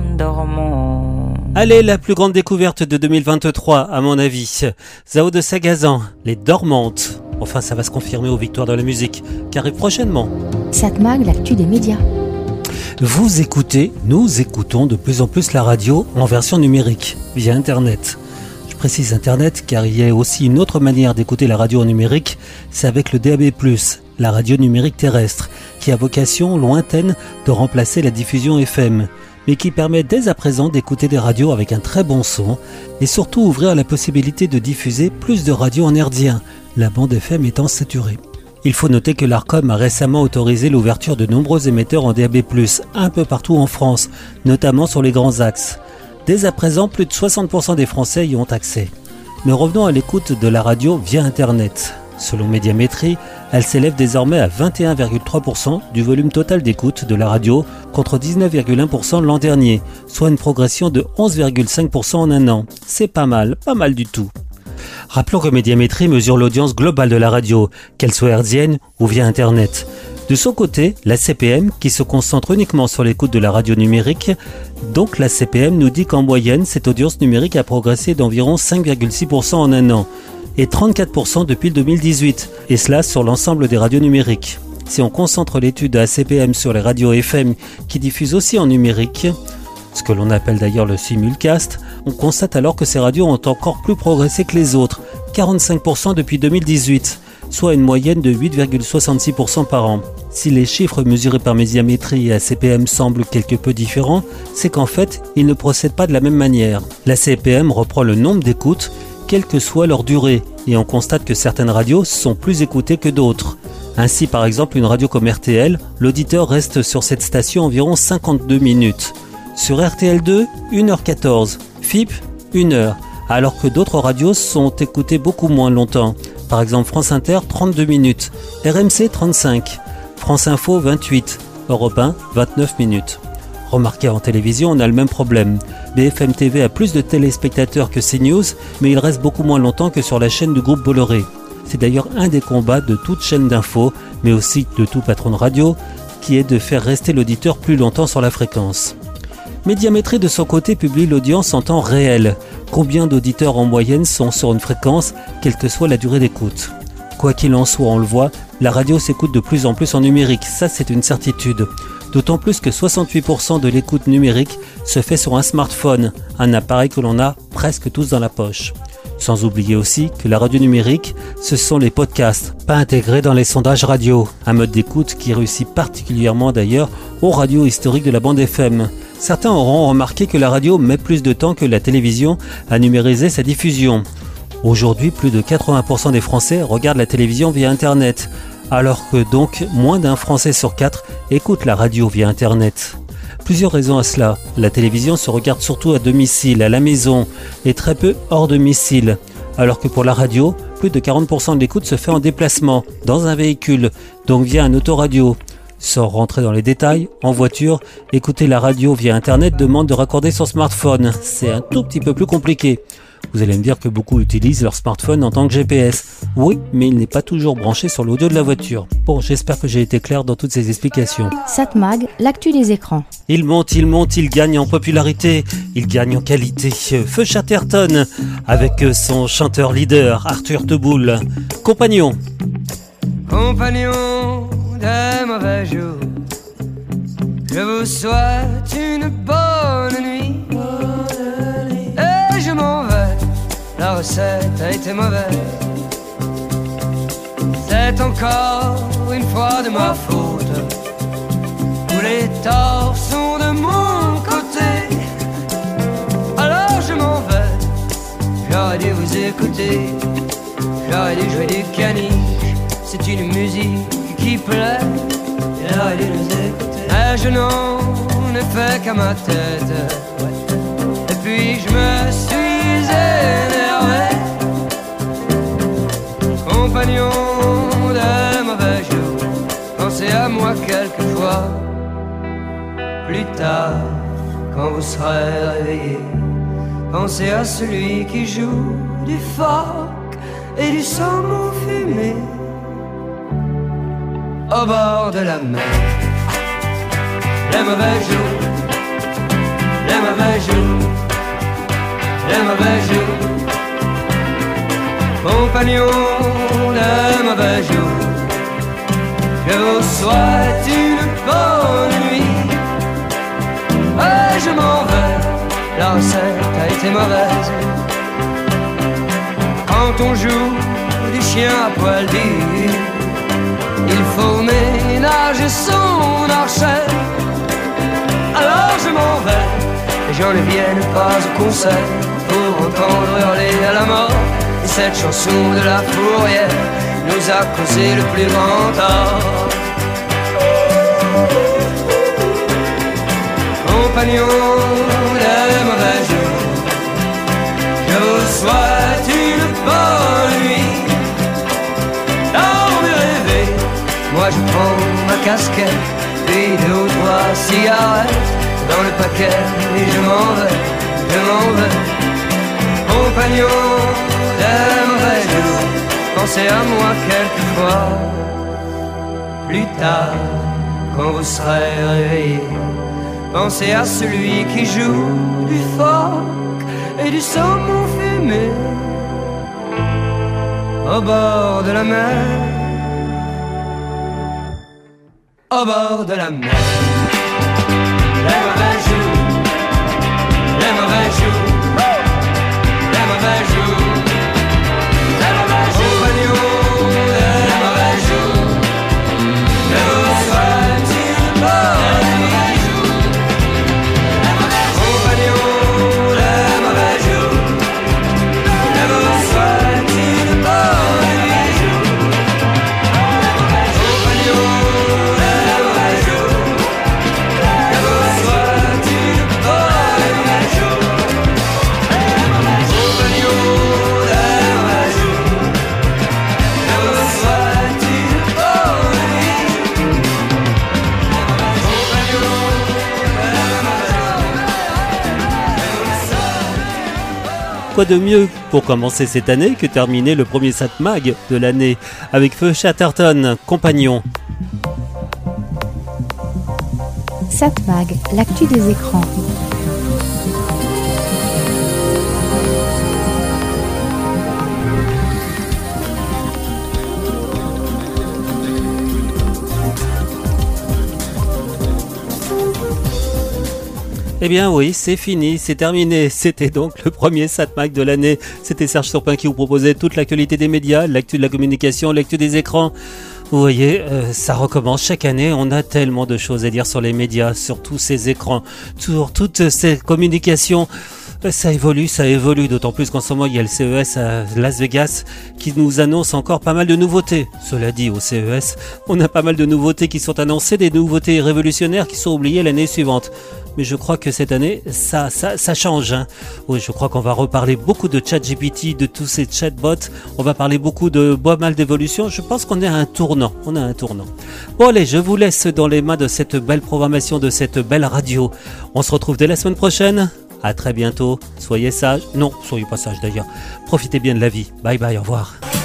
dormant. Allez, la plus grande découverte de 2023, à mon avis. Zao de Sagazan, Les Dormantes. Enfin, ça va se confirmer aux Victoires de la musique, qui arrivent prochainement. Satmag, l'actu des médias. Vous écoutez, nous écoutons de plus en plus la radio en version numérique, via Internet. Je précise Internet car il y a aussi une autre manière d'écouter la radio en numérique, c'est avec le DAB+, la radio numérique terrestre, qui a vocation lointaine de remplacer la diffusion FM, mais qui permet dès à présent d'écouter des radios avec un très bon son, et surtout ouvrir la possibilité de diffuser plus de radios en herdien, la bande FM étant saturée. Il faut noter que l'Arcom a récemment autorisé l'ouverture de nombreux émetteurs en DAB+, un peu partout en France, notamment sur les grands axes. Dès à présent, plus de 60% des Français y ont accès. Mais revenons à l'écoute de la radio via Internet. Selon Médiamétrie, elle s'élève désormais à 21,3% du volume total d'écoute de la radio, contre 19,1% l'an dernier, soit une progression de 11,5% en un an. C'est pas mal du tout. Rappelons que Médiamétrie mesure l'audience globale de la radio, qu'elle soit hertzienne ou via Internet. De son côté, la CPM, qui se concentre uniquement sur l'écoute de la radio numérique, donc la CPM nous dit qu'en moyenne, cette audience numérique a progressé d'environ 5,6% en un an, et 34% depuis le 2018, et cela sur l'ensemble des radios numériques. Si on concentre l'étude à CPM sur les radios FM qui diffusent aussi en numérique, ce que l'on appelle d'ailleurs le simulcast, on constate alors que ces radios ont encore plus progressé que les autres, 45% depuis 2018, soit une moyenne de 8,66% par an. Si les chiffres mesurés par Médiamétrie et ACPM semblent quelque peu différents, c'est qu'en fait, ils ne procèdent pas de la même manière. La CPM reprend le nombre d'écoutes, quelle que soit leur durée, et on constate que certaines radios sont plus écoutées que d'autres. Ainsi, par exemple, une radio comme RTL, l'auditeur reste sur cette station environ 52 minutes. Sur RTL2, 1h14, FIP, 1h, alors que d'autres radios sont écoutées beaucoup moins longtemps. Par exemple France Inter, 32 minutes, RMC, 35, France Info, 28, Europe 1, 29 minutes. Remarquez, en télévision, on a le même problème. BFM TV a plus de téléspectateurs que CNews, mais il reste beaucoup moins longtemps que sur la chaîne du groupe Bolloré. C'est d'ailleurs un des combats de toute chaîne d'info, mais aussi de tout patron de radio, qui est de faire rester l'auditeur plus longtemps sur la fréquence. Médiamétrie de son côté publie l'audience en temps réel. Combien d'auditeurs en moyenne sont sur une fréquence, quelle que soit la durée d'écoute. Quoi qu'il en soit, on le voit, la radio s'écoute de plus en plus en numérique, ça c'est une certitude. D'autant plus que 68% de l'écoute numérique se fait sur un smartphone, un appareil que l'on a presque tous dans la poche. Sans oublier aussi que la radio numérique, ce sont les podcasts, pas intégrés dans les sondages radio, un mode d'écoute qui réussit particulièrement d'ailleurs aux radios historiques de la bande FM. Certains auront remarqué que la radio met plus de temps que la télévision à numériser sa diffusion. Aujourd'hui, plus de 80% des Français regardent la télévision via Internet, alors que donc moins d'un Français sur 4 écoute la radio via Internet. Plusieurs raisons à cela. La télévision se regarde surtout à domicile, à la maison, et très peu hors domicile, alors que pour la radio, plus de 40% de l'écoute se fait en déplacement, dans un véhicule, donc via un autoradio. Sans rentrer dans les détails, en voiture, écouter la radio via Internet demande de raccorder son smartphone. C'est un tout petit peu plus compliqué. Vous allez me dire que beaucoup utilisent leur smartphone en tant que GPS. Oui, mais il n'est pas toujours branché sur l'audio de la voiture. Bon, j'espère que j'ai été clair dans toutes ces explications. Satmag, l'actu des écrans. Il monte, il gagne en popularité, il gagne en qualité. Feu Chatterton, avec son chanteur leader, Arthur Teboul. Compagnon. Compagnon des mauvais jours, je vous souhaite une bonne nuit. Et je m'en vais, la recette a été mauvaise. C'est encore une fois de ma faute. Tous les torts sont de mon côté. Alors je m'en vais, j'aurais dû vous écouter. J'aurais dû jouer du caniche, c'est une musique qui plaît. J'aurais dû nous écouter. Mais je n'en ai fait qu'à ma tête. Et puis je me suis énervé. Compagnon de mauvais jours, pensez à moi quelquefois. Plus tard, quand vous serez réveillé, pensez à celui qui joue du phoque et du saumon fumé au bord de la mer. Les mauvais jours, les mauvais jours, les mauvais jours. Compagnons de mauvais jours, je vous souhaite une bonne nuit. Et je m'en vais, la recette a été mauvaise. Quand on joue du chien à poil dur, il faut ménager son archet. Alors je m'en vais, les gens ne viennent pas au concert pour entendre hurler à la mort. Et cette chanson de la fourrière nous a causé le plus grand tort. Compagnons des mauvais jours, je vous souhaite une bonne nuit. Dans mes rêves, moi je prends ma casquette, puis 2 ou 3 cigarettes dans le paquet et je m'en vais, je m'en vais. Compagnons des mauvais jours, pensez à moi quelquefois. Plus tard, quand vous serez réveillés, pensez à celui qui joue du phoque et du saumon fumé au bord de la mer, au bord de la mer. Les mauvais jours, les mauvais jours, les mauvais jours, les mauvais jours. Compagnons des mauvais jours, je vous souhaite une bonne nuit. Compagnons des mauvais jours, je vous souhaite une bonne nuit. Compagnons des mauvais jours, je vous souhaite une bonne nuit. Compagnons des mauvais jours, je vous souhaite une bonne nuit. Quoi de mieux pour commencer cette année que terminer le premier Satmag de l'année avec Feu Chatterton, Compagnon. Satmag, l'actu des écrans. Eh bien oui, c'est fini, c'est terminé. C'était donc le premier Satmag de l'année. C'était Serge Surpin qui vous proposait toute l'actualité des médias, l'actu de la communication, l'actu des écrans. Vous voyez, ça recommence chaque année. On a tellement de choses à dire sur les médias, sur tous ces écrans, sur toutes ces communications. Ça évolue, d'autant plus qu'en ce moment il y a le CES à Las Vegas qui nous annonce encore pas mal de nouveautés. Cela dit, au CES, on a pas mal de nouveautés qui sont annoncées, des nouveautés révolutionnaires qui sont oubliées l'année suivante. Mais je crois que cette année, ça change. Hein. Oui, je crois qu'on va reparler beaucoup de ChatGPT, de tous ces chatbots. On va parler beaucoup de pas mal d'évolutions. Je pense qu'on est à un tournant. Bon allez, je vous laisse dans les mains de cette belle programmation, de cette belle radio. On se retrouve dès la semaine prochaine. À très bientôt. Soyez sages. Non, soyez pas sages d'ailleurs. Profitez bien de la vie. Bye bye, au revoir.